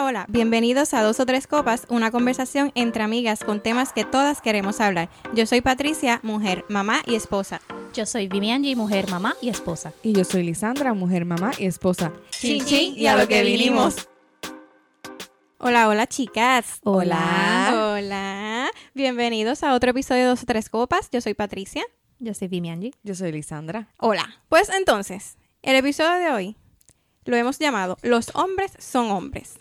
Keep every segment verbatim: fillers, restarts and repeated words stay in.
Hola, hola, bienvenidos a Dos o Tres Copas, una conversación entre amigas con temas que todas queremos hablar. Yo soy Patricia, mujer, mamá y esposa. Yo soy Vivianji, mujer, mamá y esposa. Y yo soy Lisandra, mujer, mamá y esposa. Chin, chin, y a lo que vinimos. Hola, hola, chicas. Hola. Hola. Bienvenidos a otro episodio de Dos o Tres Copas. Yo soy Patricia. Yo soy Vivianji. Yo soy Lisandra. Hola. Pues entonces, el episodio de hoy lo hemos llamado Los hombres son hombres.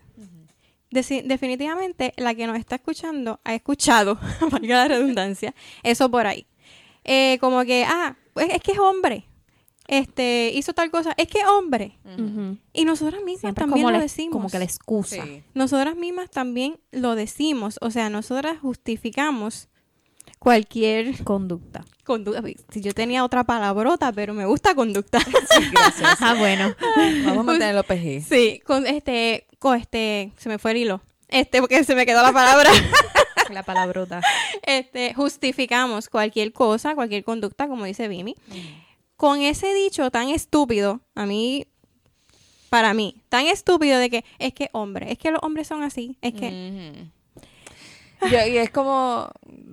De- definitivamente la que nos está escuchando ha escuchado, valga la redundancia, eso por ahí. Eh, como que, ah, pues es que es hombre. Este, hizo tal cosa, es que es hombre. Uh-huh. Y nosotras mismas Siempre también como lo la- decimos. Como que la excusa. Sí. Nosotras mismas también lo decimos. O sea, nosotras justificamos cualquier Conducta. conducta. Si yo tenía otra palabrota, pero me gusta conducta. Sí, gracias. Ah, bueno. Vamos a mantenerlo P G. Sí, con este, con este, se me fue el hilo. Este, porque se me quedó la palabra. La palabrota. Este, justificamos cualquier cosa, cualquier conducta, como dice Vimi. Con ese dicho tan estúpido, a mí, para mí, tan estúpido de que es que hombre, es que los hombres son así, es que... Ujú. Yo- y es como,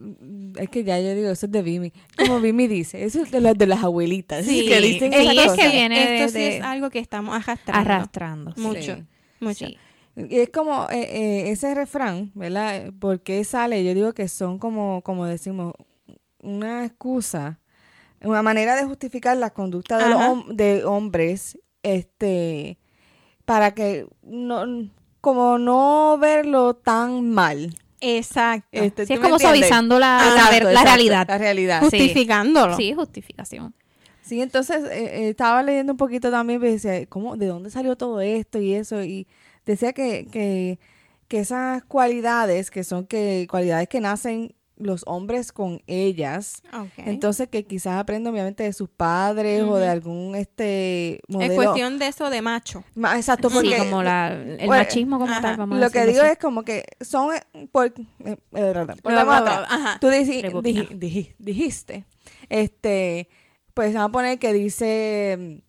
es que ya yo digo, eso es de Vimi. Como Vimi dice, eso es de las de las abuelitas. Sí, que dicen sí, esas es cosas. que viene esto de- sí de- es algo que estamos arrastrando. Arrastrando. sí. Mucho, Sí. mucho. Sí. Y es como eh, eh, ese refrán, ¿verdad? ¿Por qué sale? Yo digo que son como, como decimos, una excusa, una manera de justificar la conducta de los Ajá. hom- de hombres, este, para que no, como no verlo tan mal. Exacto. Este, Sí, ¿tú es me como entiendes? suavizando la, la, Exacto, ver- la exacto, realidad. La realidad. Sí. Justificándolo. Sí, justificación. Sí, entonces eh, eh, estaba leyendo un poquito también, y decía, ¿cómo, ¿de dónde salió todo esto y eso? Y decía que, que, que esas cualidades, que son que cualidades que nacen los hombres con ellas, Ok. entonces que quizás aprenden obviamente de sus padres o de Ujú. algún este modelo. es cuestión de eso de macho. Ma- Exacto, porque Sí, como la, el bueno, machismo como ajá. tal. Vamos a lo que decirlo digo así. es como que son, eh, por, eh, eh, volvemos Bla, bla, atrás. bla, ajá. Tú dici- Rebobina. dij- dij- dijiste, este, pues vamos a poner que dice,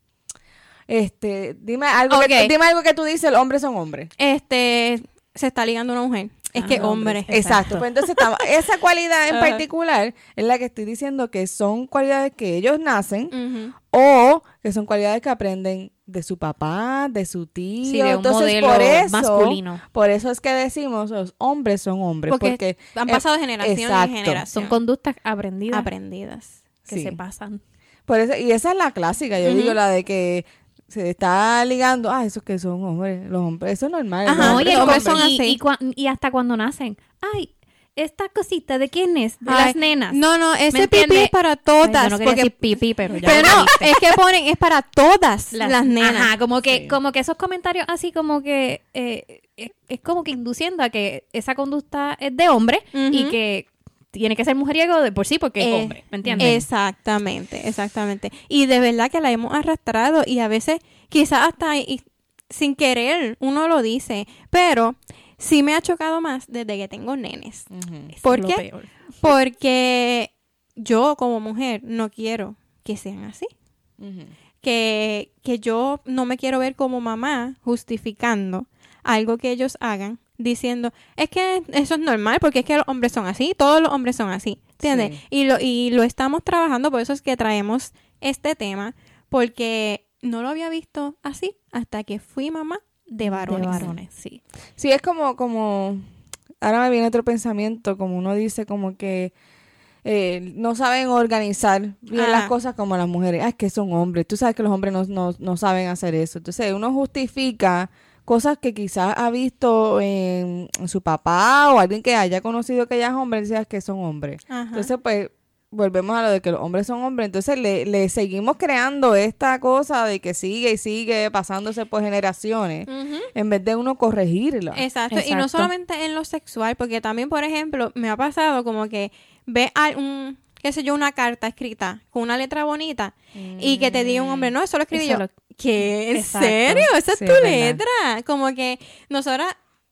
este, dime algo, Ok. que, dime algo que tú dices, los hombres son hombres. Este, se está ligando una mujer. Es Ah, que no, hombre. hombre. Exacto. Exacto. Pues entonces estamos- esa cualidad en Ajá. particular es la que estoy diciendo que son cualidades que ellos nacen Ujú. o que son cualidades que aprenden de su papá, de su tío. Sí, de un entonces modelo por eso, masculino. por eso es que decimos los hombres son hombres Porque, porque, han eh, pasado de generación exacto. en generación. Son conductas aprendidas aprendidas. que Sí. se pasan. por eso y esa es la clásica. Yo Ujú. digo la de que se está ligando, ah, esos que son hombres, los hombres, eso es normal. Ajá, los No, hombres y, el- son y- hombres. y, así. cua- y hasta cuando nacen. Ay, esta cosita, ¿de quién es? De Ay, las nenas. No, no, ¿Me ese pipí entiende? es para Ay, todas. yo no quería porque, decir pipí, pero ya pero lo no, dijiste. es que ponen, es para todas las, nenas. Ajá, como que, Sí. como que esos comentarios así como que eh, es, es como que induciendo a que esa conducta es de hombre y Ujú. que tiene que ser mujeriego de por sí porque es Eh, hombre, ¿me entiendes? Exactamente, exactamente. Y de verdad que la hemos arrastrado y a veces quizás hasta y- sin querer uno lo dice, pero sí me ha chocado más desde que tengo nenes. Ujú. Eso ¿por es lo qué? peor. Porque yo como mujer no quiero que sean así. Ujú. Que, que yo no me quiero ver como mamá justificando algo que ellos hagan, diciendo, es que eso es normal, porque es que los hombres son así, todos los hombres son así, ¿entiendes? Sí. Y, lo, y lo estamos trabajando, por eso es que traemos este tema, porque no lo había visto así hasta que fui mamá de varones. De varones, sí. Sí, es como, como, ahora me viene otro pensamiento, como uno dice, como que eh, no saben organizar bien Ajá. las cosas como las mujeres. Ah, es que son hombres. Tú sabes que los hombres no, no, no saben hacer eso. Entonces, uno justifica cosas que quizás ha visto en, en su papá o alguien que haya conocido que ya es hombre, y dice que son hombres. Ajá. Entonces, pues, volvemos a lo de que los hombres son hombres. Entonces, le, le seguimos creando esta cosa de que sigue y sigue pasándose por generaciones, Ujú. en vez de uno corregirla. Exacto. y no Exacto. solamente en lo sexual, porque también, por ejemplo, me ha pasado como que ve a un, qué sé yo, una carta escrita con una letra bonita y que te diga un hombre, no, eso lo escribí Eso yo. lo- ¿Qué? ¿En Exacto. serio? Esa es Sí, tu es verdad. letra. Como que nosotras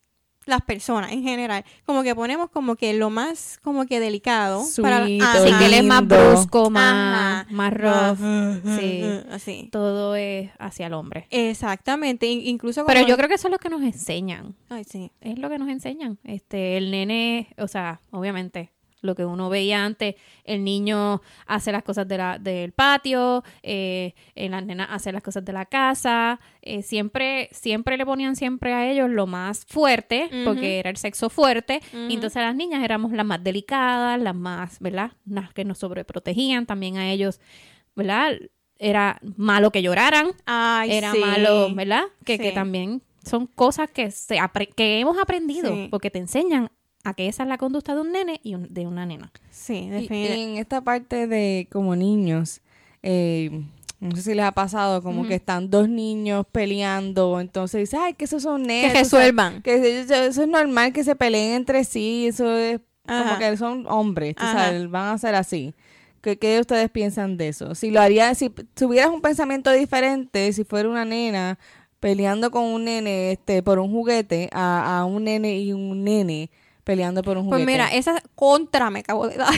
las personas en general, como que ponemos como que lo más como que delicado para Sweet, ajá, Sí, que él es más lindo. brusco, más, Ajá. más rough. Más- Sí. así. Todo es hacia el hombre. Exactamente, in- incluso Pero como- yo creo que eso es lo que nos enseñan. Ay, sí. Es lo que nos enseñan. Este, el nene, o sea, obviamente, lo que uno veía antes, el niño hace las cosas de la, del patio, eh, eh, la nena hace las cosas de la casa, eh, siempre, siempre le ponían siempre a ellos lo más fuerte, Ujú. porque era el sexo fuerte, Ujú. y entonces las niñas éramos las más delicadas, las más, ¿verdad? Las que nos sobreprotegían, también a ellos, ¿verdad? Era malo que lloraran, Ay, era sí. malo, ¿verdad? Que, Sí. que también son cosas que se apre- que hemos aprendido, Sí. porque te enseñan a que esa es la conducta de un nene y un- de una nena. Sí, Y, y definitivamente. en esta parte de como niños, eh, no sé si les ha pasado como Ujú. que están dos niños peleando, entonces dice, ay, que esos son Que nenes. o sea, resuelvan. que eso, eso es normal que se peleen entre sí, eso es como Ajá. que son hombres, tú Ajá. sabes, van a ser así. ¿Qué, ¿Qué ustedes piensan de eso? Si lo haría, si tuvieras un pensamiento diferente, si fuera una nena peleando con un nene este por un juguete, a, a un nene y un nene peleando por un juguete. Pues mira, esa contra me acabo de dar.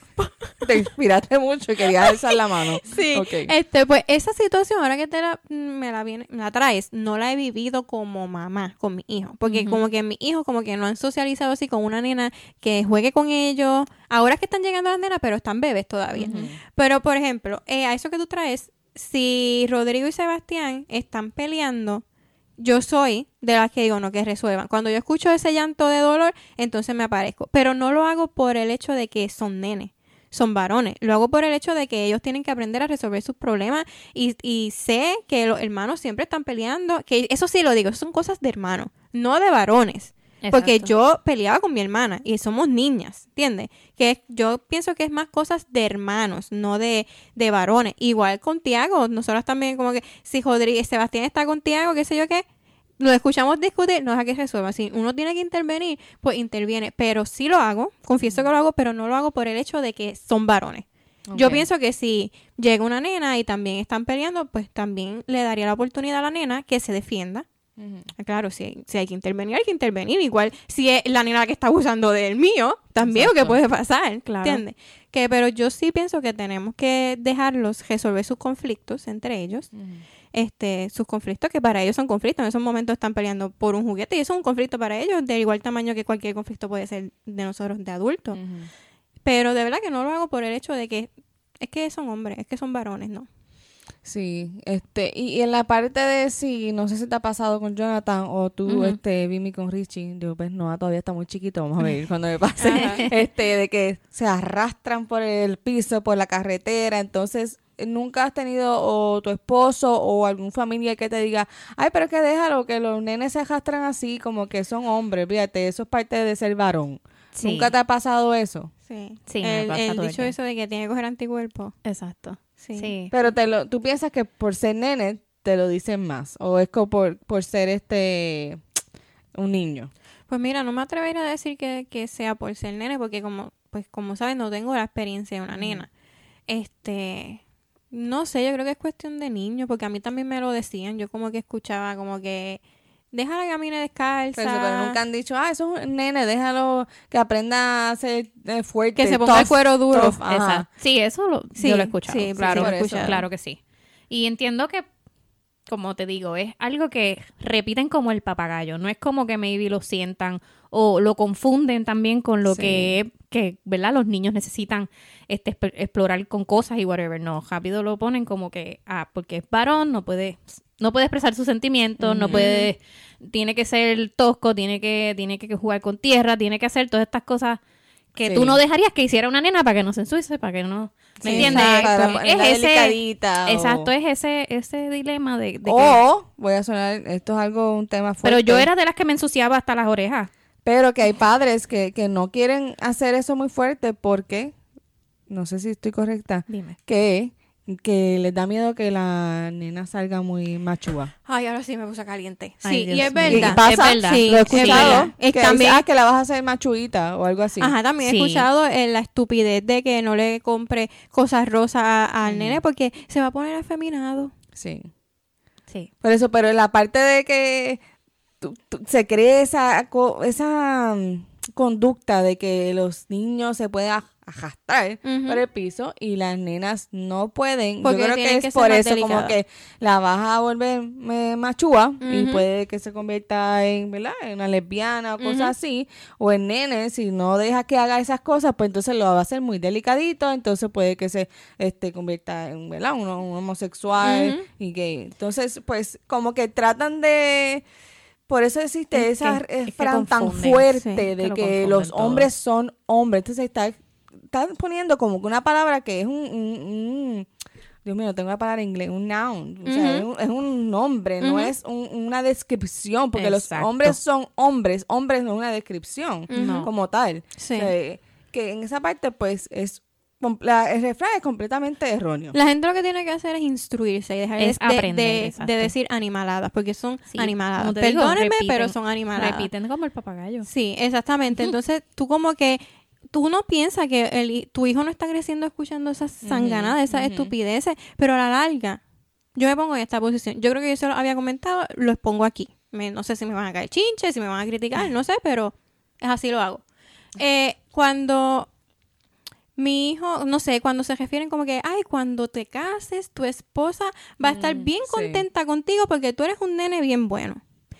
Te inspiraste mucho y querías alzar la mano. Sí, Ok. este, pues esa situación, ahora que te la, me la, viene, me la traes, no la he vivido como mamá con mi hijo, porque Ujú. como que mis hijos como que no han socializado así con una nena que juegue con ellos, ahora es que están llegando las nenas, pero están bebés todavía. Ujú. Pero, por ejemplo, eh, a eso que tú traes, si Rodrigo y Sebastián están peleando, yo soy de las que digo, no, que resuelvan. Cuando yo escucho ese llanto de dolor, entonces me aparezco. Pero no lo hago por el hecho de que son nenes, son varones. Lo hago por el hecho de que ellos tienen que aprender a resolver sus problemas y, y sé que los hermanos siempre están peleando. Que eso sí lo digo, son cosas de hermanos, no de varones. Porque Exacto. yo peleaba con mi hermana y somos niñas, ¿entiendes? Que es- yo pienso que es más cosas de hermanos, no de, de varones. Igual con Tiago, nosotros también como que si Rodríguez, Sebastián está con Tiago, qué sé yo qué, lo escuchamos discutir, no deja que resuelva. Si uno tiene que intervenir, pues interviene. Pero sí lo hago, confieso que lo hago, pero no lo hago por el hecho de que son varones. Yo Ok. pienso que si llega una nena y también están peleando, pues también le daría la oportunidad a la nena que se defienda. Ujú. Ah, claro, si, si hay que intervenir, hay que intervenir. Igual, si es la nena que está abusando del mío, también lo que Exacto. puede pasar, Claro. ¿entiendes? Que, pero yo sí pienso que tenemos que dejarlos resolver sus conflictos entre ellos. Ujú. Este, sus conflictos, que para ellos son conflictos. En esos momentos están peleando por un juguete y eso es un conflicto para ellos, de igual tamaño que cualquier conflicto puede ser de nosotros de adultos. Ujú. Pero de verdad que no lo hago por el hecho de que es que son hombres, es que son varones, ¿no? Sí, este, y, y en la parte de sí, no sé si te ha pasado con Jonathan o tú, Ujú. este, Vimi con Richie, yo pues no, todavía está muy chiquito, vamos a ver cuando me pase, Ajá. este, de que se arrastran por el piso, por la carretera, entonces nunca has tenido o tu esposo o algún familiar que te diga, ay, pero es que déjalo, que los nenes se arrastran así, como que son hombres, fíjate, eso es parte de ser varón. Sí. ¿Nunca te ha pasado eso? Sí. Sí, me el, pasa el todo el dicho tiempo. eso de que tiene que coger anticuerpos. Exacto. Sí. Sí. Pero te lo, tú piensas que por ser nene te lo dicen más, o es como por, por ser este un niño. Pues mira, no me atrevería a decir que, que sea por ser nene, porque como, pues como sabes, no tengo la experiencia de una nena. Este, no sé, yo creo que es cuestión de niño, porque a mí también me lo decían. Yo como que escuchaba como que déjala que camine descalza. Pero, eso, pero nunca han dicho, ah, eso es un nene, déjalo que aprenda a ser eh, fuerte. Que se ponga el tough, cuero duro. tough, ajá. Exacto. Sí, eso lo, Sí, yo lo he escuchado. sí, claro, sí, por lo he escuchado. eso. Claro que sí. Y entiendo que, como te digo, es algo que repiten como el papagayo. No es como que maybe lo sientan o lo confunden también con lo Sí. que, que, ¿verdad? Los niños necesitan este exp- explorar con cosas y whatever. No, rápido lo ponen como que, ah, porque es varón, no puede, no puede expresar sus sentimientos, no Ujú. puede, tiene que ser tosco, tiene que, tiene que jugar con tierra, tiene que hacer todas estas cosas que Sí. tú no dejarías que hiciera una nena para que no se ensucie, para que no... ¿Me Sí, entiendes? para Pues, ponerla es ese, delicadita o- exacto, es ese, ese dilema de, de que- O, voy a sonar, esto es algo, un tema fuerte. Pero yo era de las que me ensuciaba hasta las orejas. Pero que hay padres que, que no quieren hacer eso muy fuerte porque, no sé si estoy correcta, Dime. que, que les da miedo que la nena salga muy machúa. Ay, ahora sí me puse caliente. Sí, Ay, y Dios es mío. verdad. Y pasa, es verdad. Sí, lo he es escuchado. verdad. Es que también- dice, ah, que la vas a hacer machuita o algo así. Ajá, también Sí. he escuchado eh, la estupidez de que no le compre cosas rosas a- al Mm. nene porque se va a poner afeminado. Sí. Sí. Por eso, pero la parte de que tú- tú- se cree esa, co- esa mm, conducta de que los niños se pueden aj- arrastrar Ujú. por el piso y las nenas no pueden. Porque Yo creo tienen que que es ser por más eso como delicadas. que la vas a volver eh, machúa y Ujú. puede que se convierta en, ¿verdad? En una lesbiana o cosas Ujú. así. O en nene, si no deja que haga esas cosas, pues entonces lo va a hacer muy delicadito, entonces puede que se este convierta en, ¿verdad? Un, un homosexual Ujú. y gay. Entonces, pues como que tratan de... Por eso existe Es esa que- es que refrán tan confunden, fuerte sí, de que que, lo confunden los todo. hombres son hombres. Entonces está, están poniendo como que una palabra que es un... un- un- Dios mío, no tengo la palabra en inglés, un noun. O sea, Ujú. es, un, es un nombre, no Ujú. es un- una descripción, porque Exacto. los hombres son hombres, hombres no es una descripción Ujú. como tal. Sí. O sea, que en esa parte, pues, es com- la- el refrán es completamente erróneo. La gente lo que tiene que hacer es instruirse y dejar Es de, aprender, de- de exacto. decir animaladas, porque son Sí, animaladas. como te digo, Perdónenme, repiten- pero son animaladas. Repiten como el papagayo. Sí, exactamente. Entonces, tú como que, tú no piensas que el, hi- tu hijo no está creciendo escuchando esas sanganadas, esas ujú. estupideces, pero a la larga, yo me pongo en esta posición. Yo creo que yo se lo había comentado, lo expongo aquí. Me- no sé si me van a caer chinches, si me van a criticar, no sé, pero es así lo hago. Eh, cuando mi hijo, no sé, cuando se refieren como que, ay, cuando te cases, tu esposa va a estar Mm, bien sí. contenta contigo porque tú eres un nene bien bueno.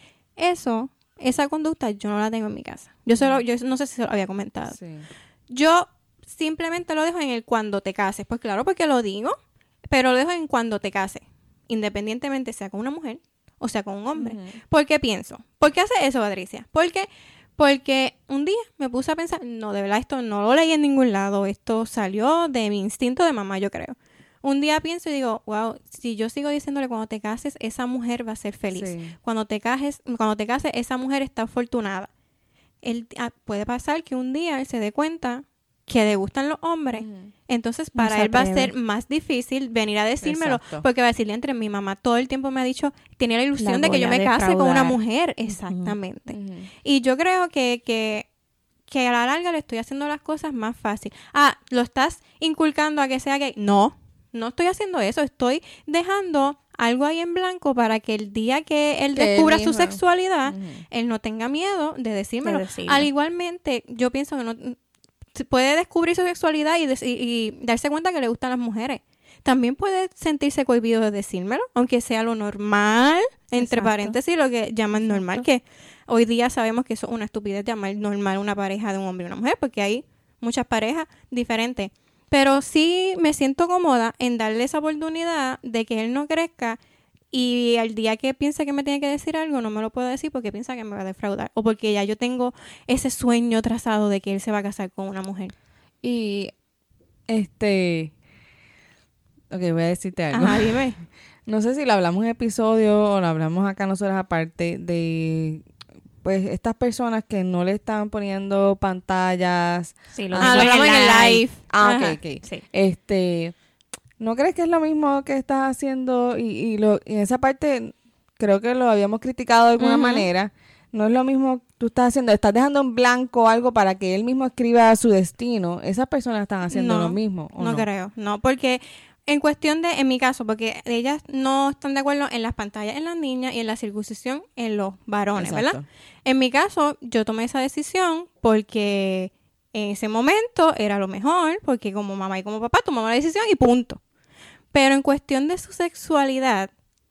Eso, esa conducta yo no la tengo en mi casa. Yo, se lo- yo no sé si se lo había comentado. Sí. Yo simplemente lo dejo en el cuando te cases. Pues claro, porque lo digo, pero lo dejo en cuando te cases. Independientemente sea con una mujer o sea con un hombre. Ujú. ¿Por qué pienso? ¿Por qué hace eso, Patricia? Porque, porque un día me puse a pensar, no, de verdad, esto no lo leí en ningún lado. Esto salió de mi instinto de mamá, yo creo. Un día pienso y digo, wow, si yo sigo diciéndole cuando te cases, esa mujer va a ser feliz. Sí. Cuando te cases, cuando te cases, esa mujer está afortunada. Él, ah, puede pasar que un día él se dé cuenta que le gustan los hombres. Ujú. Entonces, No para se él va a atreve. ser más difícil venir a decírmelo, Exacto. porque va a decirle entre mi mamá todo el tiempo me ha dicho, tenía la ilusión La de que yo voy a me case con una defraudar. mujer. Exactamente. Ujú. Y yo creo que, que, que a la larga le estoy haciendo las cosas más fácil. Ah, ¿lo estás inculcando a que sea gay? No, no estoy haciendo eso. Estoy dejando algo ahí en blanco para que el día que él Que él descubra su mismo. sexualidad, Ujú. él no tenga miedo de decírmelo. De decirlo. Al igualmente, yo pienso que no se puede descubrir su sexualidad y, des- y- y darse cuenta que le gustan las mujeres. También puede sentirse cohibido de decírmelo, aunque sea lo normal, entre Exacto. paréntesis, lo que llaman normal, que hoy día sabemos que eso es una estupidez llamar normal una pareja de un hombre y una mujer, porque hay muchas parejas diferentes. Pero sí me siento cómoda en darle esa oportunidad de que él no crezca y al día que piense que me tiene que decir algo, no me lo puedo decir porque piensa que me va a defraudar. O porque ya yo tengo ese sueño trazado de que él se va a casar con una mujer. Y este, ok, voy a decirte algo. Ajá, dime. No sé si lo hablamos en episodio o lo hablamos acá nosotros aparte de, pues, estas personas que no le están poniendo pantallas. Sí, lo Ah, Ah, lo digo hablamos en el live. Ah, Ajá. ok, ok. Sí. Este, ¿no crees que es lo mismo que estás haciendo? Y, y, lo, y en esa parte creo que lo habíamos criticado de alguna Ujú. manera. No es lo mismo que tú estás haciendo, estás dejando en blanco algo para que él mismo escriba su destino. Esas personas están haciendo No, lo mismo, ¿o No, no? creo, no, porque en cuestión de, en mi caso, porque ellas no están de acuerdo en las pantallas en las niñas y en la circuncisión en los varones, Exacto. ¿verdad? En mi caso, yo tomé esa decisión porque en ese momento era lo mejor, porque como mamá y como papá tomamos la decisión y punto. Pero en cuestión de su sexualidad,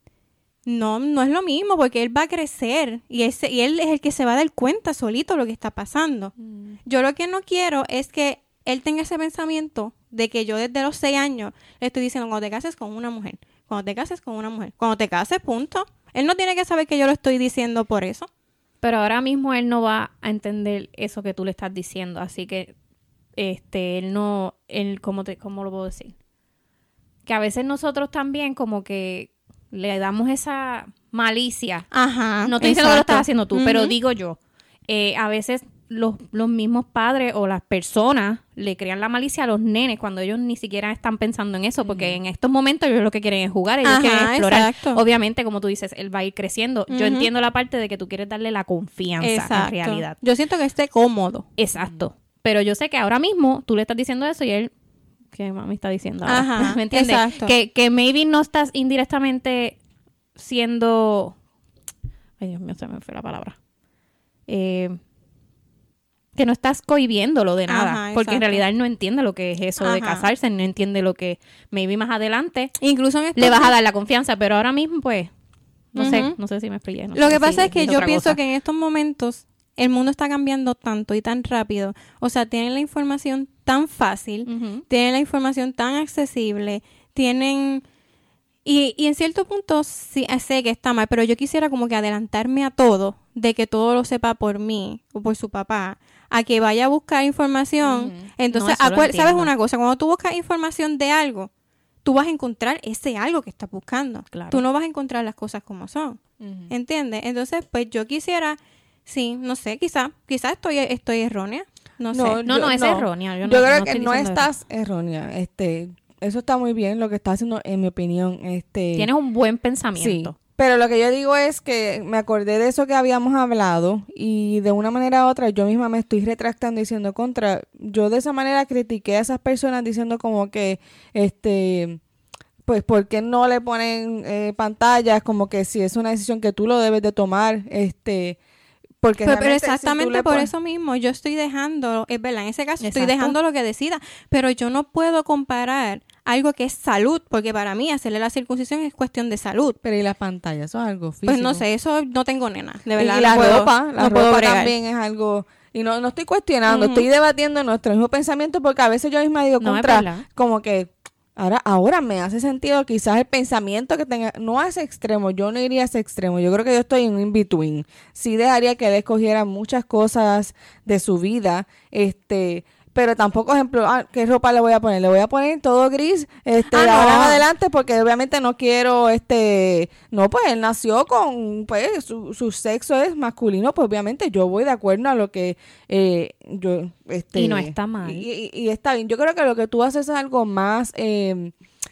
no, no es lo mismo, porque él va a crecer y, ese, y él es el que se va a dar cuenta solito lo que está pasando. Yo lo que no quiero es que él tenga ese pensamiento de que yo desde los seis años le estoy diciendo cuando te cases con una mujer, cuando te cases con una mujer, cuando te cases, punto. Él no tiene que saber que yo lo estoy diciendo por eso. Pero ahora mismo él no va a entender eso que tú le estás diciendo, así que este él no él cómo te cómo lo puedo decir, que a veces nosotros también como que le damos esa malicia. Ajá. No estoy diciendo que lo exacto. estás haciendo tú, pero Ujú. digo yo, eh, a veces los, los mismos padres o las personas le crean la malicia a los nenes cuando ellos ni siquiera están pensando en eso, porque en estos momentos ellos lo que quieren es jugar, ellos Ajá, quieren explorar. exacto. Obviamente, como tú dices, él va a ir creciendo. Yo Ujú. entiendo la parte de que tú quieres darle la confianza Exacto. en realidad. Yo siento que esté cómodo. Exacto. Pero yo sé que ahora mismo tú le estás diciendo eso y él, ¿qué mami está diciendo ahora? Ajá, ¿Me entiendes? exacto. Que, que maybe no estás indirectamente siendo Ay, Dios mío, se me fue la palabra. Eh, que no estás cohibiéndolo de nada. Ajá, porque en exacto. realidad él no entiende lo que es eso de Ajá. casarse, no entiende lo que maybe más adelante Incluso en estos le vas a dar la confianza, pero ahora mismo pues no sé, Ujú. no sé si me expliqué. no Lo sé que si pasa es que dije yo otra pienso cosa. que en estos momentos el mundo está cambiando tanto y tan rápido. O sea, tienen la información tan fácil, Ujú. tienen la información tan accesible, tienen... Y, y en cierto punto sí sé que está mal, pero yo quisiera como que adelantarme a todo, de que todo lo sepa por mí o por su papá, a que vaya a buscar información. Ujú. Entonces, No, eso lo acuer- ¿sabes entiendo. una cosa? Cuando tú buscas información de algo, tú vas a encontrar ese algo que estás buscando. Claro. Tú no vas a encontrar las cosas como son. Ujú. ¿Entiendes? Entonces, pues yo quisiera, sí, no sé, quizá, quizá estoy, estoy errónea, no, No, sé. No, no, Yo- es no. errónea. Yo, Yo no, creo no que estoy no diciendo eso. estás errónea. Este, eso está muy bien lo que estás haciendo, en mi opinión. Este, Tienes un buen sí. pensamiento. Pero lo que yo digo es que me acordé de eso que habíamos hablado y de una manera u otra yo misma me estoy retractando diciendo contra. Yo de esa manera critiqué a esas personas diciendo como que, este, pues, ¿por qué no le ponen eh, pantallas? Como que si es una decisión que tú lo debes de tomar, este... Porque Pero, pero realmente, si tú exactamente le por pon- eso mismo, yo estoy dejando, es verdad, en ese caso estoy Exacto. dejando lo que decida, pero yo no puedo comparar algo que es salud, porque para mí hacerle la circuncisión es cuestión de salud. Pero y las pantallas, eso es algo físico. Pues no sé, eso no tengo nena, de Y- verdad. y no la puedo- ropa, la no puedo ropa bregar. también es algo... Y no, no estoy cuestionando, Ujú. estoy debatiendo nuestro mismo pensamiento porque a veces yo misma digo No, es contra, verdad. como que ahora, ahora me hace sentido quizás el pensamiento que tenga, no a ese extremo, yo no iría a ese extremo, yo creo que yo estoy en un in-between. Sí dejaría que él escogiera muchas cosas de su vida, este... Pero tampoco, ejemplo, ah, ¿qué ropa le voy a poner? Le voy a poner todo gris, este, Ah, de ahora en no. adelante, porque obviamente no quiero, este, no, pues él nació con, pues, su, su sexo es masculino, pues obviamente yo voy de acuerdo a lo que eh, yo, este. Y no está mal. Y, y- y está bien. Yo creo que lo que tú haces es algo más eh,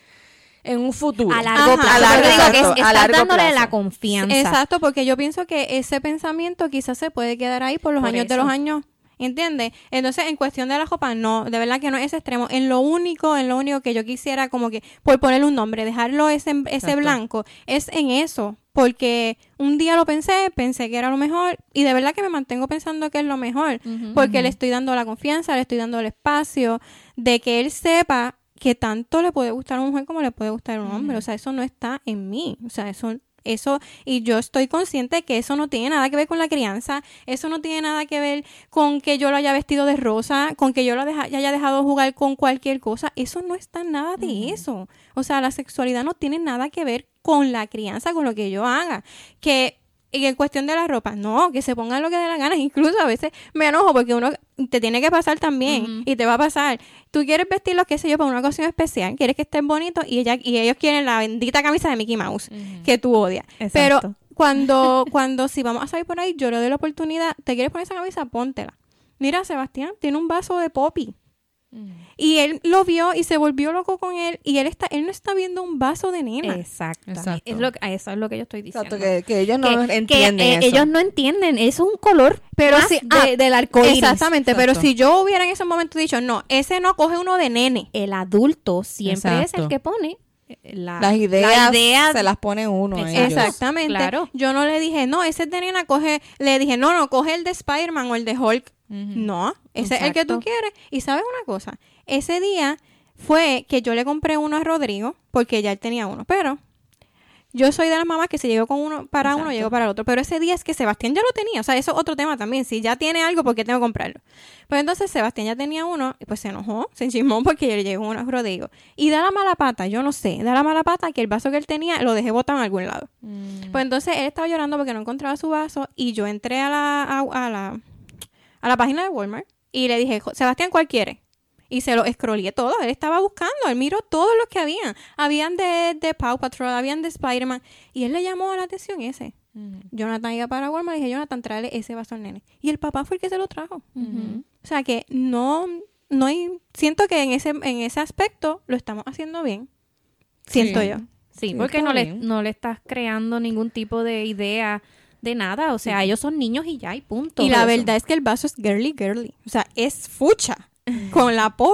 en un futuro. A largo Ajá. plazo. A largo- Yo digo que es- exacto, a estás largo dándole plazo. la confianza. Exacto, porque yo pienso que ese pensamiento quizás se puede quedar ahí por los Por años de eso. los años. ¿Entiendes? Entonces, en cuestión de la ropa, no, de verdad que no es ese extremo. En lo único, en lo único que yo quisiera, como que, por ponerle un nombre, dejarlo ese, ese Exacto. blanco, es en eso. Porque un día lo pensé, pensé que era lo mejor, y de verdad que me mantengo pensando que es lo mejor. Ujú. Porque le estoy dando la confianza, le estoy dando el espacio de que él sepa que tanto le puede gustar a una mujer como le puede gustar a un hombre. O sea, eso no está en mí. O sea, eso... Eso, y yo estoy consciente de que eso no tiene nada que ver con la crianza, eso no tiene nada que ver con que yo lo haya vestido de rosa, con que yo lo deja- haya dejado jugar con cualquier cosa, eso no está nada de eso. O sea, la sexualidad no tiene nada que ver con la crianza, con lo que yo haga. Que y en cuestión de la ropa, no, que se pongan lo que dé la gana. Incluso a veces me enojo porque uno te tiene que pasar también Ujú. y te va a pasar. Tú quieres vestirlo, qué sé yo, para una ocasión especial, quieres que estén bonitos y ella y ellos quieren la bendita camisa de Mickey Mouse que tú odias. Exacto. Pero cuando cuando si vamos a salir por ahí, yo le doy la oportunidad, ¿te quieres poner esa camisa? Póntela. Mira, Sebastián tiene un vaso de Poppy. Y él lo vio y se volvió loco con él y él está él no está viendo un vaso de nena. Exacto. Exacto. Es lo, que- eso es lo que yo estoy diciendo. Exacto, que, que ellos no Que- que, entienden eh, eso. ellos no entienden. Eso es un color Pero más si- de- ah, del arcoíris. Exactamente, Exacto. pero si yo hubiera en ese momento dicho, no, ese no coge uno de nene. El adulto siempre es Exacto. el que pone eh, la, las ideas la idea se las pone uno a Exacto. ellos. Exactamente. Claro. Yo no le dije, no, ese es de nena, coge, le dije, no, no, coge el de Spider-Man o el de Hulk. No, ese es el que tú Exacto. quieres. Y sabes una cosa, ese día fue que yo le compré uno a Rodrigo, porque ya él tenía uno, pero yo soy de las mamás que se llegó con uno para uno, Exacto. llegó para el otro. Pero ese día es que Sebastián ya lo tenía. O sea, eso es otro tema también. Si ya tiene algo, ¿por qué tengo que comprarlo? Pues entonces Sebastián ya tenía uno y pues se enojó, se enchismó porque yo le llegó uno a Rodrigo. Y da la mala pata, yo no sé, da la mala pata que el vaso que él tenía lo dejé botado en algún lado. Pues entonces él estaba llorando porque no encontraba su vaso y yo entré a la, a, a la, a la página de Walmart y le dije, Sebastián, ¿cuál quiere? Y se lo scrollé todo. Él estaba buscando. Él miró todos los que habían. Habían de, de Paw Patrol, habían de Spider-Man. Y él le llamó la atención ese. Jonathan iba para Walmart y dije, Jonathan, tráele ese vaso al nene. Y el papá fue el que se lo trajo. Ujú. O sea que no, no hay... Siento que en ese, en ese aspecto lo estamos haciendo bien. Siento Sí. yo. Sí, Sí, porque está no le, bien. no le estás creando ningún tipo de idea de nada. O sea, ellos son niños y ya, y punto. Y la Eso. verdad es que el vaso es girly girly. O sea, es fucha. Con la Poppy.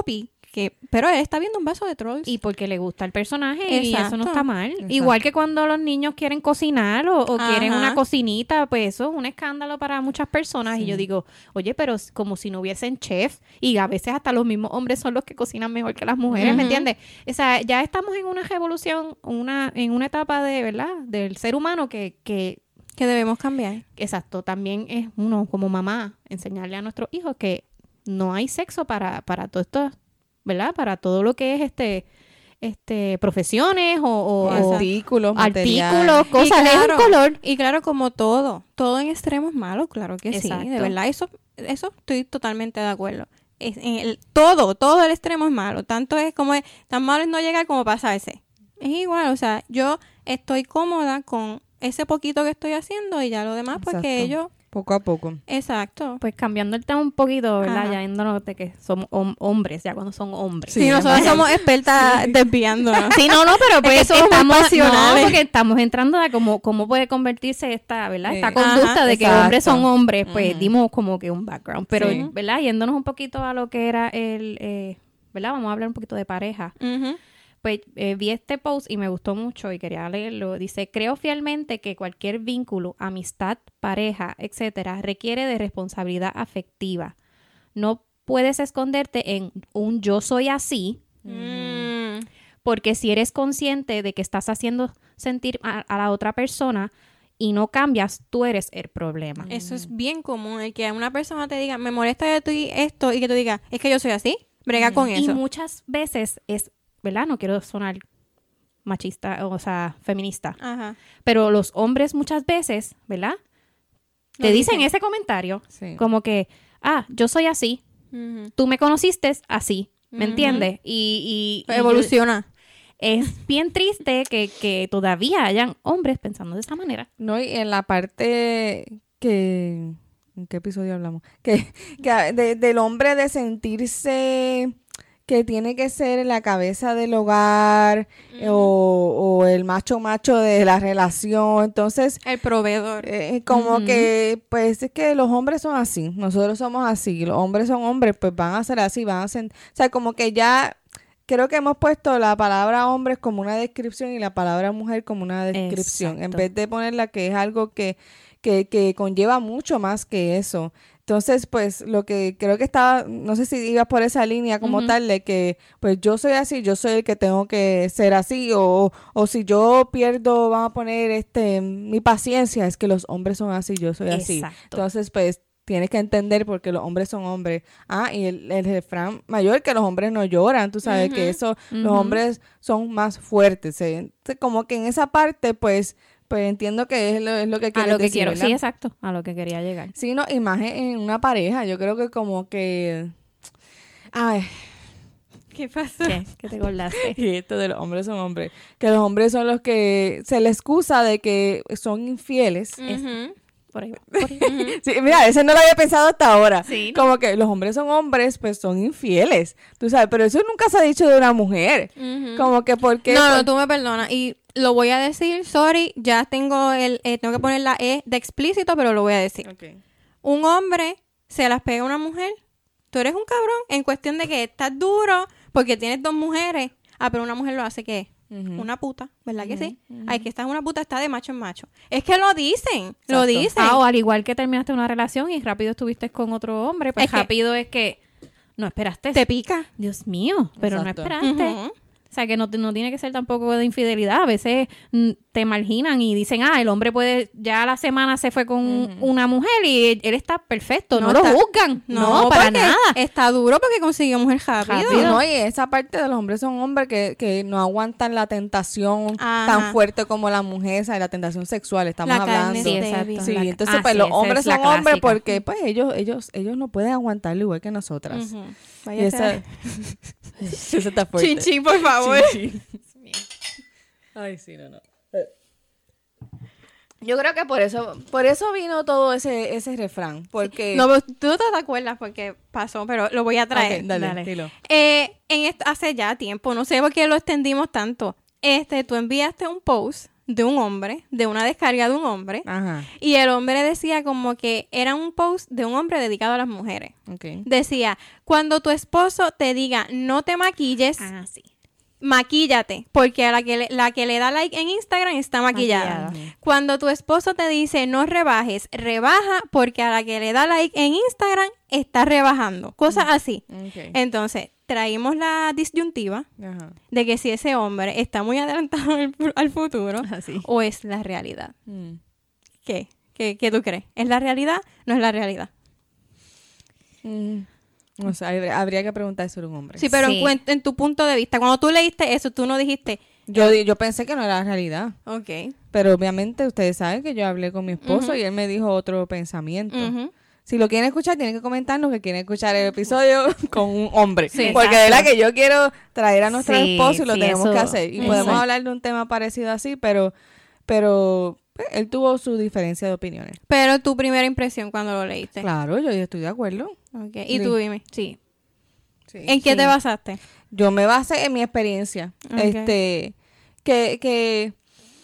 que, pero él está viendo un vaso de trolls. Y porque le gusta el personaje y Exacto. eso no está mal. Exacto. Igual que cuando los niños quieren cocinar o, o quieren Ajá. una cocinita, pues eso es un escándalo para muchas personas. Sí. Y yo digo, oye, pero es como si no hubiesen chefs y a veces hasta los mismos hombres son los que cocinan mejor que las mujeres, ¿me Ujú. entiendes? O sea, ya estamos en una revolución, una, en una etapa de, ¿verdad? Del ser humano que, que, que debemos cambiar. exacto, también es uno como mamá enseñarle a nuestros hijos que no hay sexo para, para todo esto, ¿verdad? Para todo lo que es este, este, profesiones o, o- o artículos, material. artículos, cosas, Y es claro, un color. Y claro, como todo, todo en extremo es malo, claro que sí, Exacto. de verdad, eso, eso estoy totalmente de acuerdo. Es, en el, todo, todo el extremo es malo, tanto es como, es, tan malo es no llegar como pasarse. Es igual, o sea, yo estoy cómoda con ese poquito que estoy haciendo y ya lo demás, pues que Exacto. ellos, Poco a poco. exacto. Pues cambiando el tema un poquito, ¿verdad? Ajá. Ya yéndonos de que somos hom- hombres, ya cuando son hombres. Sí, nosotros además- somos expertas desviándonos. Sí, no, no, pero pues que somos estamos, pasionales. no, porque estamos entrando a cómo, cómo puede convertirse esta, ¿verdad? Esta Sí. conducta Ajá, de que exacto. hombres son hombres, pues Ujú. dimos como que un background. Pero, Sí. ¿verdad? Yéndonos un poquito a lo que era el, eh, ¿verdad? Vamos a hablar un poquito de pareja. Ujú. Pues eh, vi este post y me gustó mucho y quería leerlo. Dice, creo fielmente que cualquier vínculo, amistad, pareja, etcétera, requiere de responsabilidad afectiva. No puedes esconderte en un yo soy así, Mm. porque si eres consciente de que estás haciendo sentir a, a la otra persona y no cambias, tú eres el problema. Eso es bien común, el que una persona te diga, me molesta de ti esto, y que tú digas, es que yo soy así, brega con Y eso. muchas veces es, ¿verdad? No quiero sonar machista, o sea, feminista. Ajá. Pero los hombres muchas veces, ¿verdad? Lo Te dicen dicen. ese comentario Sí. como que, ah, yo soy así, Ujú. tú me conociste así, ¿me Ujú. entiendes? Y, y- y Evoluciona. es bien triste que, que todavía hayan hombres pensando de esa manera. No, y en la parte que... ¿En qué episodio hablamos? Que, que de- del hombre de sentirse que tiene que ser la cabeza del hogar eh, o, o el macho macho de la relación. Entonces, El proveedor. eh, como Ujú. que, pues es que los hombres son así, nosotros somos así, los hombres son hombres, pues van a ser así, van a ser... O sea, como que ya... Creo que hemos puesto la palabra hombres como una descripción y la palabra mujer como una descripción, en Exacto. vez de ponerla que es algo que, que, que conlleva mucho más que eso. Entonces, pues, lo que creo que estaba, no sé si ibas por esa línea como Ujú. tal, de que, pues, yo soy así, yo soy el que tengo que ser así, o, o si yo pierdo, vamos a poner, este, mi paciencia, es que los hombres son así, yo soy así. Exacto. Entonces, pues, tienes que entender porque los hombres son hombres. Ah, y el, el refrán mayor, que los hombres no lloran, tú sabes Ujú. que eso, los Ujú. hombres son más fuertes. ¿sí? Entonces, como que en esa parte, pues, pues entiendo que es lo, es lo que A quieres lo que decir, quiero, ¿verdad? sí, exacto, a lo que quería llegar. Sí, no, imagen en una pareja, yo creo que como que... Ay, ¿Qué pasó? ¿Qué? ¿Qué te acordaste? y esto de los hombres son hombres. Que los hombres son los que se les excusa de que son infieles. Ujú. Por ahí va, por ahí va. Sí, mira, ese no lo había pensado hasta ahora. Sí, ¿no? Como que los hombres son hombres, pues son infieles. Tú sabes, pero eso nunca se ha dicho de una mujer. Ujú. Como que porque... No, no, tú me perdonas. Y lo voy a decir, sorry, ya tengo el, eh, tengo que poner la E de explícito, pero lo voy a decir. Okay. Un hombre se las pega a una mujer, tú eres un cabrón en cuestión de que estás duro porque tienes dos mujeres. Ah, pero una mujer lo hace ¿qué? Ujú. Una puta, ¿verdad que sí? Ay, que esta es una puta, está de macho en macho. Es que lo dicen, lo Exacto. dicen. Ah, o al igual que terminaste una relación y rápido estuviste con otro hombre, pues Es que- rápido es que no esperaste. Te pica. Dios mío, pero Exacto. no esperaste. Ujú. O sea, que no, no tiene que ser tampoco de infidelidad. A veces mm, te marginan y dicen, ah, el hombre puede, ya a la semana se fue con Ujú. una mujer y él, él está perfecto. No, No lo está- juzgan. No, No, para porque nada. Está duro porque consiguió mujer rápido. Sí, Rápido. no, y esa parte de los hombres son hombres que, que no aguantan la tentación Ajá. tan fuerte como la mujer, o sea, la tentación sexual, estamos La carne hablando. Sí, es exacto. débil. Sí, La- entonces ah, pues sí, los esa hombres es la son hombres clásica. porque pues ellos ellos ellos no pueden aguantarlo igual que nosotras. Ujú. Y Vaya a esa, ser. eso está fuerte. Chin, chin, por favor. Chin, chin. Ay, sí, no, no. Yo creo que por eso por eso vino todo ese ese refrán, porque No, pero tú no te acuerdas porque pasó, pero lo voy a traer. Ok, dale, Dale. dilo. Eh, en est- hace ya tiempo, no sé por qué lo extendimos tanto. Este, tú enviaste un post de un hombre, de una descarga de un hombre. Ajá. Y el hombre decía como que era un post de un hombre dedicado a las mujeres. Okay. Decía, cuando tu esposo te diga no te maquilles, Ah, sí. maquíllate, porque a la que le, la que le da like en Instagram está maquillada. Maquillada. Cuando tu esposo te dice no rebajes, rebaja, porque a la que le da like en Instagram está rebajando. Cosas así. Okay. Entonces, traímos la disyuntiva Ajá. de que si ese hombre está muy adelantado al, al futuro Así. o es la realidad. Mm. ¿Qué? ¿Qué, ¿Qué tú crees? ¿Es la realidad? ¿No es la realidad? Mm. O sea, habría, habría que preguntar sobre un hombre. Sí, pero Sí. En, cuen- en tu punto de vista, cuando tú leíste eso, tú no dijiste, Yo, di- yo pensé que no era la realidad. ok. Pero obviamente ustedes saben que yo hablé con mi esposo Ujú. y él me dijo otro pensamiento. Ujú. Si lo quieren escuchar, tienen que comentarnos que quieren escuchar el episodio con un hombre. Sí, Porque de exacto. verdad que yo quiero traer a nuestro Sí, esposo y lo sí, tenemos eso- que hacer. Y Exacto. podemos hablar de un tema parecido así, pero, pero pues, él tuvo su diferencia de opiniones. Pero tu primera impresión cuando lo leíste. Claro, yo, yo estoy de acuerdo. Ok. Y Sí. tú dime, Sí. Sí. ¿en qué Sí. te basaste? Yo me basé en mi experiencia. Ok. Este, que, que,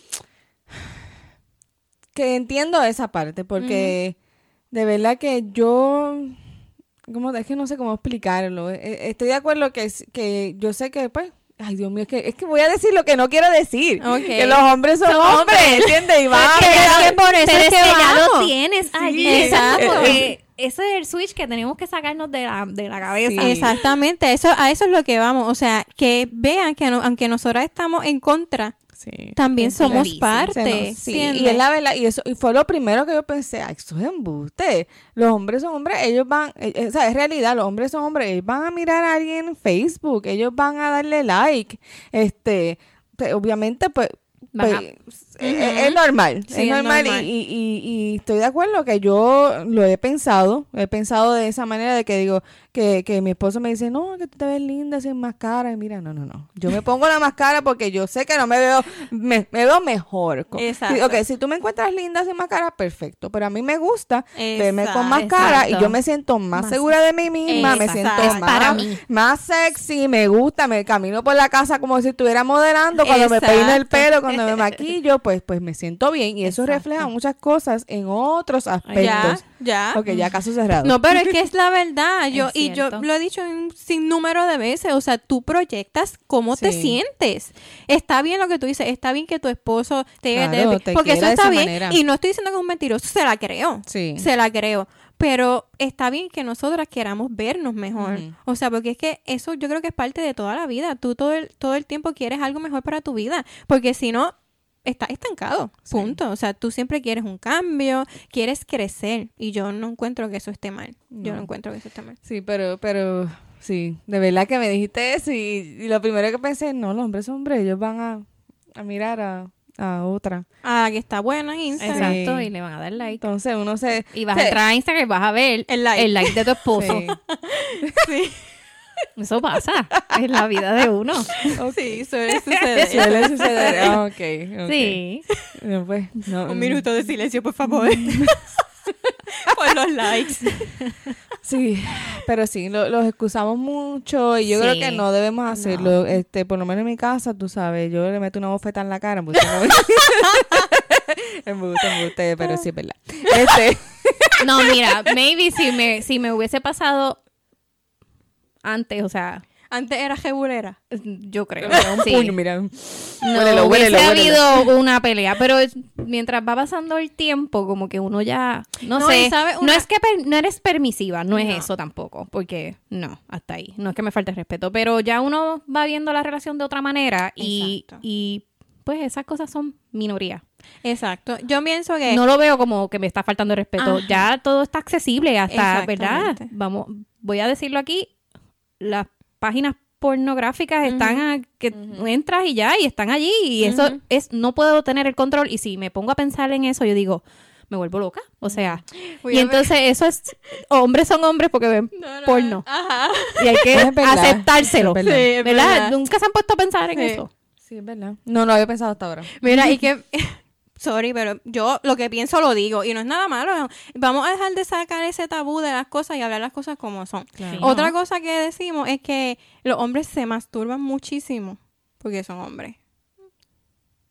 que entiendo esa parte, porque de verdad que yo, como, es que no sé cómo explicarlo. Eh, Estoy de acuerdo que, es- que yo sé que, pues, ay Dios mío, es que, es que voy a decir lo que no quiero decir. Ok. Que los hombres son, Son hombres, ¿entiendes? Y van a Pero es pegar- que por eso Pero es es que que ya lo vamos. tienes allí. Sí. Exacto. Exacto. Eh, ese es el switch que tenemos que sacarnos de la, de la cabeza. Sí. Exactamente, eso, a eso es lo que vamos. O sea, que vean que no- aunque nosotras estamos en contra, Sí. también Claro. somos Sí, parte. Se nos- sí, ¿entiendes? y es la verdad, y eso y fue lo primero que yo pensé, ay, eso es embuste. Los hombres son hombres, ellos van, eh, eh, o sea, es realidad, los hombres son hombres, ellos van a mirar a alguien en Facebook, ellos van a darle like, este, pues, obviamente, pues, Van pues, a- es, es- es normal, Sí, es es normal, normal. Y, y, y, y estoy de acuerdo que yo lo he pensado, he pensado de esa manera de que digo, que, que mi esposo me dice, no, que tú te ves linda sin máscara, y mira, no, no, no, yo me pongo la máscara porque yo sé que no me veo, me, me veo mejor. Co- Exacto. Sí, ok, si tú me encuentras linda sin máscara, perfecto, pero a mí me gusta verme con Exacto. máscara y Exacto. yo me siento más, Más- segura de mí misma, me siento Exacto. Es para más, mí. más sexy, me gusta, me camino por la casa como si estuviera modelando, cuando me peino el Exacto. pelo, cuando me maquillo, pues, pues me siento bien y eso Exacto. refleja muchas cosas en otros Ya, aspectos. ya. Ok, ya caso cerrado. No, pero es que es la verdad. Yo, Es y yo cierto. lo he dicho un sinnúmero de veces. O sea, tú proyectas cómo te Sí. sientes. Está bien lo que tú dices. Está bien que tu esposo te, Claro, te- te porque eso quiera de está esa bien. manera. Y no estoy diciendo que es un mentiroso. Se la creo. Sí. Se la creo. Pero está bien que nosotras queramos vernos mejor. Ujú. O sea, porque es que eso yo creo que es parte de toda la vida. Tú todo el, todo el tiempo quieres algo mejor para tu vida. Porque si no, estás estancado. Sí. Punto. O sea, tú siempre quieres un cambio, quieres crecer. Y yo no encuentro que eso esté mal. Yo no No. encuentro que eso esté mal. Sí, pero, pero, sí, de verdad que me dijiste eso y, y lo primero que pensé, no, los hombres son hombres, ellos van a, a mirar a, a otra. Ah, que está buena en Instagram. Exacto, Sí. y le van a dar like. Entonces uno se... Y vas se- a entrar a Instagram y vas a ver El like. de tu esposo. Sí. Sí. Eso pasa en la vida de uno. Sí, suele suceder. Suele suceder. Ah, ok, ok. Sí. No, pues, no, Un minuto de silencio, por favor. Por los likes. Sí, pero sí, lo- los excusamos mucho y yo Sí. creo que no debemos hacerlo. Este, por lo menos en mi casa, tú sabes, yo le meto una bofeta en la cara. Pues, no me... embuste, embuste, pero sí es verdad. Este, No, mira, maybe si me, si me hubiese pasado antes, o sea, Antes era jebulera. yo creo. un sí. puño, mira. No Huélelo, hubiese huélelo, huélelo. habido una pelea, pero es- mientras va pasando el tiempo, como que uno ya, no, No, y sé, sabe no una- es que per- no eres permisiva, no es No. eso tampoco, porque no, hasta ahí, no es que me falte respeto, pero ya uno va viendo la relación de otra manera y, Exacto. y pues esas cosas son minoría. Exacto. Yo pienso que... No lo veo como que me está faltando el respeto, Ajá. ya todo está accesible hasta, ¿verdad? Exactamente. Vamos, voy a decirlo aquí, las páginas pornográficas están a, que entras y ya y están allí y eso Ujú. es no puedo tener el control y si me pongo a pensar en eso yo digo me vuelvo loca, o sea, Voy y a ver- entonces eso es hombres son hombres porque ven No, no, porno Ajá. y hay que Es verdad, aceptárselo, es verdad. Sí, es ¿verdad? verdad. Nunca se han puesto a pensar en Sí. eso. Sí, es verdad. No lo había pensado hasta ahora. Mira, y que... Sorry, pero yo lo que pienso lo digo. Y no es nada malo. Vamos a dejar de sacar ese tabú de las cosas y hablar las cosas como son. Claro. Sí. Otra ¿no? cosa que decimos es que los hombres se masturban muchísimo porque son hombres.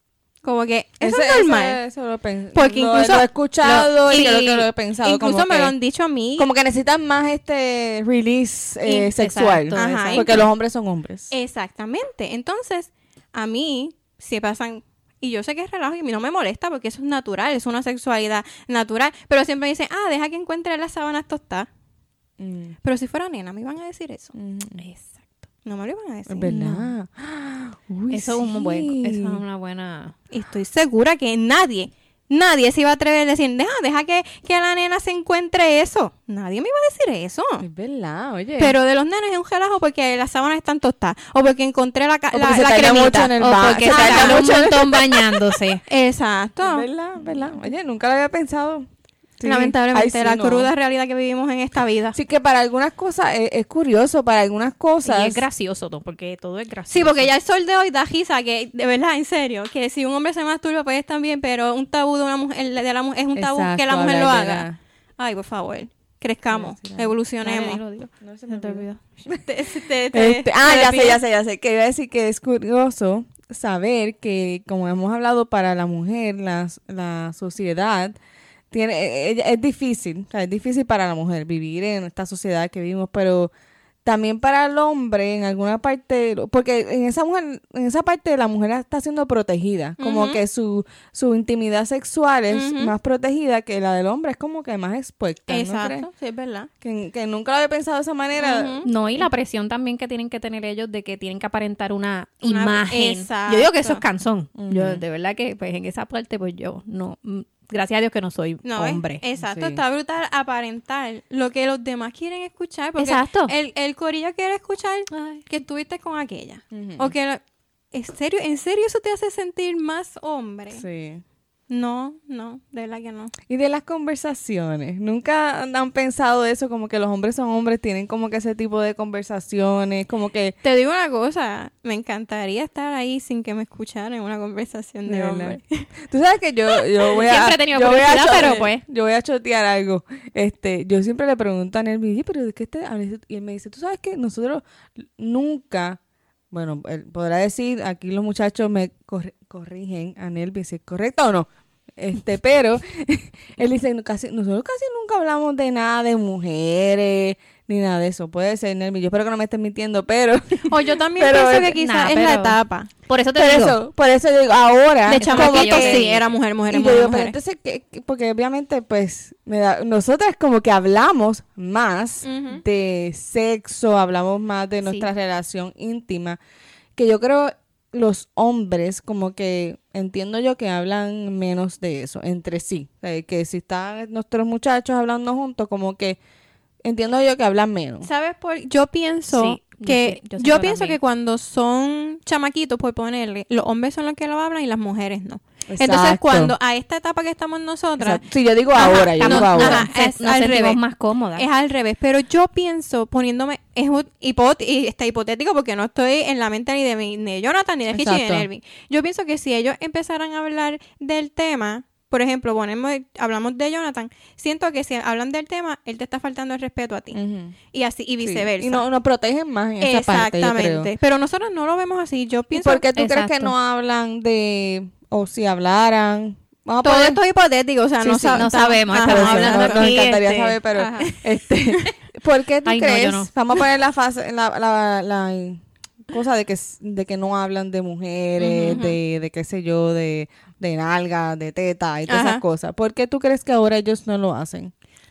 Como que eso Ese- es normal. Eso, eso lo, pen- Porque lo- incluso lo he escuchado lo- y sí, creo que lo he pensado. Incluso como me que, lo han dicho a mí. como que necesitan más este release eh, In- sexual. exacto, Ajá, exacto. Porque los hombres son hombres. Exactamente. Entonces, a mí se pasan... Y yo sé que es relajo y a mí no me molesta porque eso es natural, es una sexualidad natural. Pero siempre dicen, ah, deja que encuentre las sábanas tostadas. Mm. Pero si fuera nena, me iban a decir eso. Mm. Exacto. No me lo iban a decir. Es verdad. Uy, Eso es un buen, sí. eso es una buena. Y estoy segura que nadie, nadie se iba a atrever a decir, deja, deja que, que la nena se encuentre eso. Nadie me iba a decir eso. Es verdad, oye. Pero de los nenes es un relajo porque las sábanas están tostadas. O porque encontré la, ca- O la, porque se la tarda cremita. mucho en el O ba- porque se se tarda tarda un mucho en el- montón bañándose. Exacto. Es verdad, es verdad. Oye, nunca lo había pensado. Sí. Lamentablemente, Ay, sí, la no. cruda realidad que vivimos en esta vida. Sí, que para algunas cosas es, es curioso, para algunas cosas. Y es gracioso, ¿no? Porque todo es gracioso. Sí, porque ya el sol de hoy da risa, que de verdad, en serio, que si un hombre se masturba, pues está bien, pero un tabú de una mujer, de la mujer es un tabú Exacto, que la mujer lo hablar de haga. la- Ay, por favor, crezcamos, Sí, sí, sí. evolucionemos. Dale, dilo, dilo. No se Se te olvidó. Te- te- te- Este, ah, te ya sé, despides. ya sé, ya sé. Que iba a decir que es curioso saber que, como hemos hablado, para la mujer, la, la sociedad, tiene, ella- es difícil, o sea, es difícil para la mujer vivir en esta sociedad que vivimos, pero también para el hombre en alguna parte, porque en esa mujer, en esa parte la mujer está siendo protegida, como Ujú. que su, su intimidad sexual es Ujú. más protegida que la del hombre, es como que más expuesta, ¿no crees? Exacto, sí, es verdad. Que, que nunca lo había pensado de esa manera. Ujú. No, y la presión también que tienen que tener ellos de que tienen que aparentar una, Una- imagen. exacto. Yo digo que eso es cansón. Ujú. Yo, de verdad que, pues, en esa parte, pues, yo no... mm, Gracias a Dios que no soy No, es- hombre. exacto, Sí. está brutal aparentar lo que los demás quieren escuchar. Porque Exacto. El, el corillo quiere escuchar Ay. que estuviste con aquella. Ujú. O que... la- ¿En serio? ¿En serio eso te hace sentir más hombre? Sí. No, no, de verdad que no. Y de las conversaciones, ¿nunca han pensado eso? Como que los hombres son hombres, tienen como que ese tipo de conversaciones, como que... Te digo una cosa, me encantaría estar ahí sin que me escucharan en una conversación de, De hombre. verdad. Tú sabes que yo, yo voy a... Siempre he tenido yo voy a curiosidad, cho- pero pues- Yo voy a chotear algo. Este, yo siempre le pregunto a Nelvi, "Oye, pero ¿de qué te hablas?" Y él me dice, ¿tú sabes qué? Nosotros nunca... Bueno, él podrá decir, aquí los muchachos me corri- corrigen a Nelvi si es correcto o no. Este, pero él dice, "No, casi, nosotros casi nunca hablamos de nada de mujeres, ni nada de eso. Puede ser, Nelvi, yo espero que no me estés mintiendo, pero... O yo también Pero pienso es- que quizás nah, es la pero- etapa. Por eso te Por digo. eso, por eso yo digo, ahora... De es como chamaquito que- sí, era mujer, mujer, y yo mujer, digo, pero mujer. entonces, ¿qué- qué? Porque obviamente, pues, me da, nosotras como que hablamos más Ujú. de sexo, hablamos más de nuestra Sí. relación íntima, que yo creo los hombres como que entiendo yo que hablan menos de eso entre sí. O sea, que si están nuestros muchachos hablando juntos, como que entiendo yo que hablan menos. ¿Sabes por? Yo pienso Sí, yo que sí- yo yo, siento pienso también. que cuando son chamaquitos, por ponerle, los hombres son los que lo hablan y las mujeres no. Entonces, Exacto. cuando a esta etapa que estamos nosotras, Exacto. Sí, yo digo Ajá, ahora, yo estamos- digo ahora. ajá. Se- es nos al sentimos revés. más cómodas. es al revés. Pero yo pienso, poniéndome, es un hipot y está hipotético porque no estoy en la mente ni de, mi- ni de Jonathan, ni de Richie, ni de Exacto. Nelvin. Yo pienso que si ellos empezaran a hablar del tema, por ejemplo, ponemos, hablamos de Jonathan, siento que si hablan del tema, él te está faltando el respeto a ti. Ujú. Y así, y Sí. viceversa. Y no, nos protegen más en esa parte, yo creo. Exactamente. Pero nosotros no lo vemos así. Yo ¿Y pienso por qué tú crees que Exacto. no hablan de, o si hablaran? Vamos a todo poner- esto es hipotético, o sea, Sí, no, sí, sa- no estamos- sabemos, ajá, Por estamos eso, hablando nos, nos aquí, encantaría este, saber, pero ajá. este, ¿por qué tú Ay, no, crees? yo no. Vamos a poner la fase, la, la, la cosa de que s- de que no hablan de mujeres, Ujú. de, de qué sé yo, de, de nalga, de teta y todas Ajá. esas cosas. ¿Por qué tú crees que ahora ellos no lo hacen?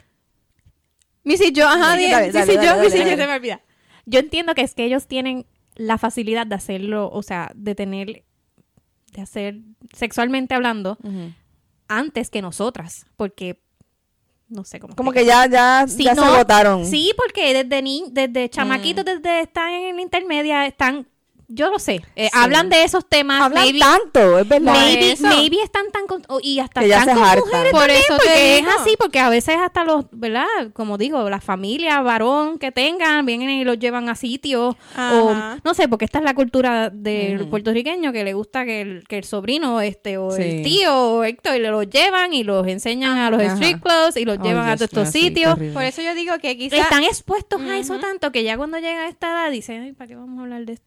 Missy, yo, ajá, Dale, di- dale, Missy, dale, yo, dale, Missy, dale. yo, se me olvida. Yo entiendo que es que ellos tienen la facilidad de hacerlo, o sea, de tener, de hacer sexualmente hablando antes que nosotras, porque no sé cómo. Como que ya, ya, Sí, ya no, se votaron. Sí, porque desde ni, desde chamaquitos, Mm. desde están en la intermedia, están, yo lo sé, eh, Sí. hablan de esos temas, Hablan maybe, tanto, es verdad. maybe, eso. maybe están tan con- o- y hasta Que ya están se con hartan. mujeres Por también, eso te porque digo. es así, porque a veces hasta los, ¿verdad? Como digo, la familia, varón que tengan, vienen y los llevan a sitios, o Ajá. no sé, porque esta es la cultura del Ujú. puertorriqueño que le gusta que el, que el sobrino, este, o Sí. el tío, o Héctor, y le los llevan y los enseñan a los Ajá. street clubs y los Ay, llevan a Dios todos estos mío, sí, qué sitios. horrible. Por eso yo digo que quizás Están expuestos a eso Ujú. tanto que ya cuando llega a esta edad dicen, ay, ¿para qué vamos a hablar de esto? ¿Qué de lo Sí.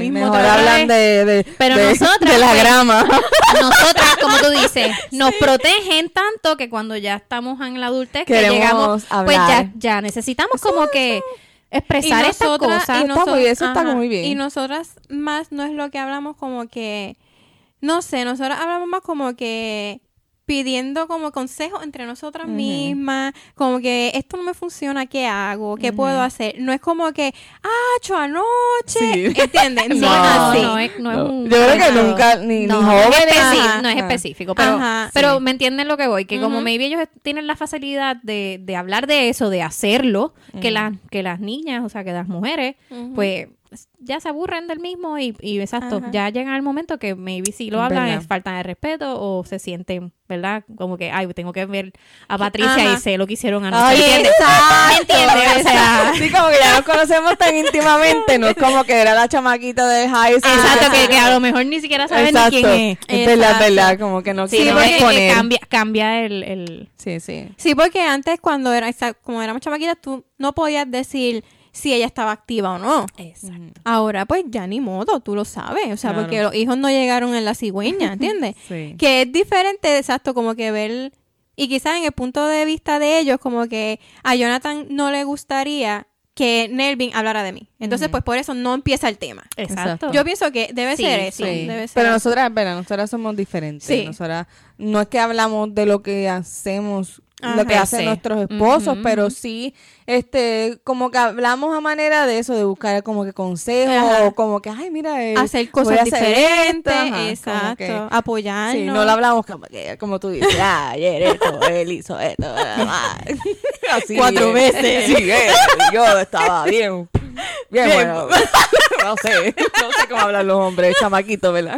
mismo mejor trabajo. hablan de, de, Pero de, nosotras, de la pues, grama. Nosotras, como tú dices, nos protegen tanto que cuando ya estamos en la adultez, que Queremos llegamos, hablar. pues ya, ya necesitamos como que expresar Y estas nosotras- cosas. y Está muy- noso- eso está muy bien. Y nosotras más no es lo que hablamos como que, no sé, nosotras hablamos más como que pidiendo como consejos entre nosotras Ujú. mismas, como que esto no me funciona, ¿qué hago? ¿Qué Ujú. puedo hacer? No es como que, ah, cho, anoche, Sí. ¿entiendes? Sí, No, no, es así. no es, no es No. un... Yo creo que no, nunca, ni, no, ni no es jóvenes. especi- Ajá. no es Ajá. específico, pero, Ajá, pero sí. me entienden lo que voy, que como Ujú. maybe ellos tienen la facilidad de, de hablar de eso, de hacerlo, que, Ujú. las, que las niñas, o sea, que las mujeres, Ujú. pues ya se aburren del mismo y, y exacto, Ajá. ya llegan al momento que maybe si lo Es hablan verdad. es falta de respeto o se sienten, ¿verdad? Como que, ay, tengo que ver a Patricia Ajá. y sé lo que hicieron anoche. Ay, ¿Me entiendes? ¿Me entiendes? O sea, Sí, como que ya nos conocemos tan íntimamente, no es como que era la chamaquita de high school. exacto, que, Ajá. que a lo mejor ni siquiera saben Exacto. ni quién es. Es verdad, es Exacto. verdad, como que no Sí, quiero no, es- es que exponer. cambia, cambia el... el Sí, sí. Sí, porque antes cuando era, exa- como éramos chamaquitas, tú no podías decir si ella estaba activa o no. Exacto. Ahora, pues ya ni modo, tú lo sabes. O sea, Claro. porque los hijos no llegaron en la cigüeña, ¿entiendes? Sí. Que es diferente, exacto, como que ver. Y quizás en el punto de vista de ellos, como que a Jonathan no le gustaría que Nelvin hablara de mí. Entonces, Ujú. pues por eso no empieza el tema. Exacto. Yo pienso que debe Sí, ser eso. Sí. Debe ser Pero así. nosotras, verdad, nosotras somos diferentes. Sí. Nosotras no es que hablamos de lo que hacemos, Ajá. lo que hacen Sí. nuestros esposos, Ujú. pero sí, este, como que hablamos a manera de eso, de buscar como que consejos, Ajá. o como que, ay, mira, eh, hacer voy cosas a hacer diferentes. esto, ajá, como Exacto. que- Apoyarnos. Sí, no lo hablamos como, que, como tú dices, ah, ayer esto, él hizo esto, ah, así, Cuatro eh, veces. Sí, eh, yo estaba bien, bien, bueno, no sé, no sé cómo hablan los hombres, chamaquitos, ¿verdad?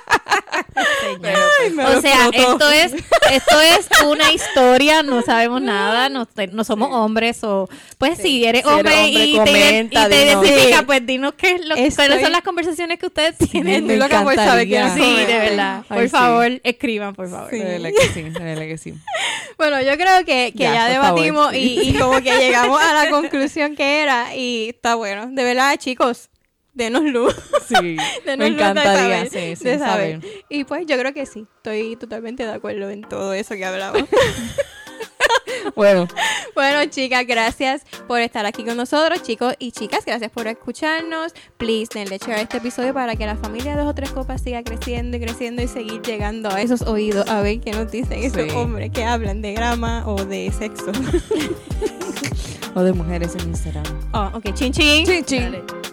Ay, me O lo sea, explotó. esto es, esto es una historia, no sabemos nada, no, te- no somos hombres o pues si eres Si eres hombre, hombre, y, te, comenta, y te dinos. identifica, Sí. pues dinos qué es lo, Estoy- cuáles son las conversaciones que ustedes tienen. me Estoy loca por saber encantaría. qué Sí, nos de comenten. verdad. Ay, Por sí. favor, escriban, por favor. Sí. De verdad que sí, de verdad que sí. Bueno, yo creo que, que Ya, ya, por debatimos favor. y, y como que llegamos a la conclusión que era y está bueno. De verdad, chicos, denos luz. Sí, Denos me luz de encantaría, saber, sí, sí, de saber. saber. Y pues yo creo que sí, estoy totalmente de acuerdo en todo eso que hablamos. Bueno, Bueno, chicas, gracias por estar aquí con nosotros, chicos y chicas, gracias por escucharnos. Please, denle share a este episodio para que la familia de Dos o Tres Copas siga creciendo y creciendo y seguir llegando a esos oídos a ver qué nos dicen esos Sí. hombres que hablan de grama o de sexo. o de mujeres en Instagram. Oh, ok, chin chin. Chin, chin. Dale.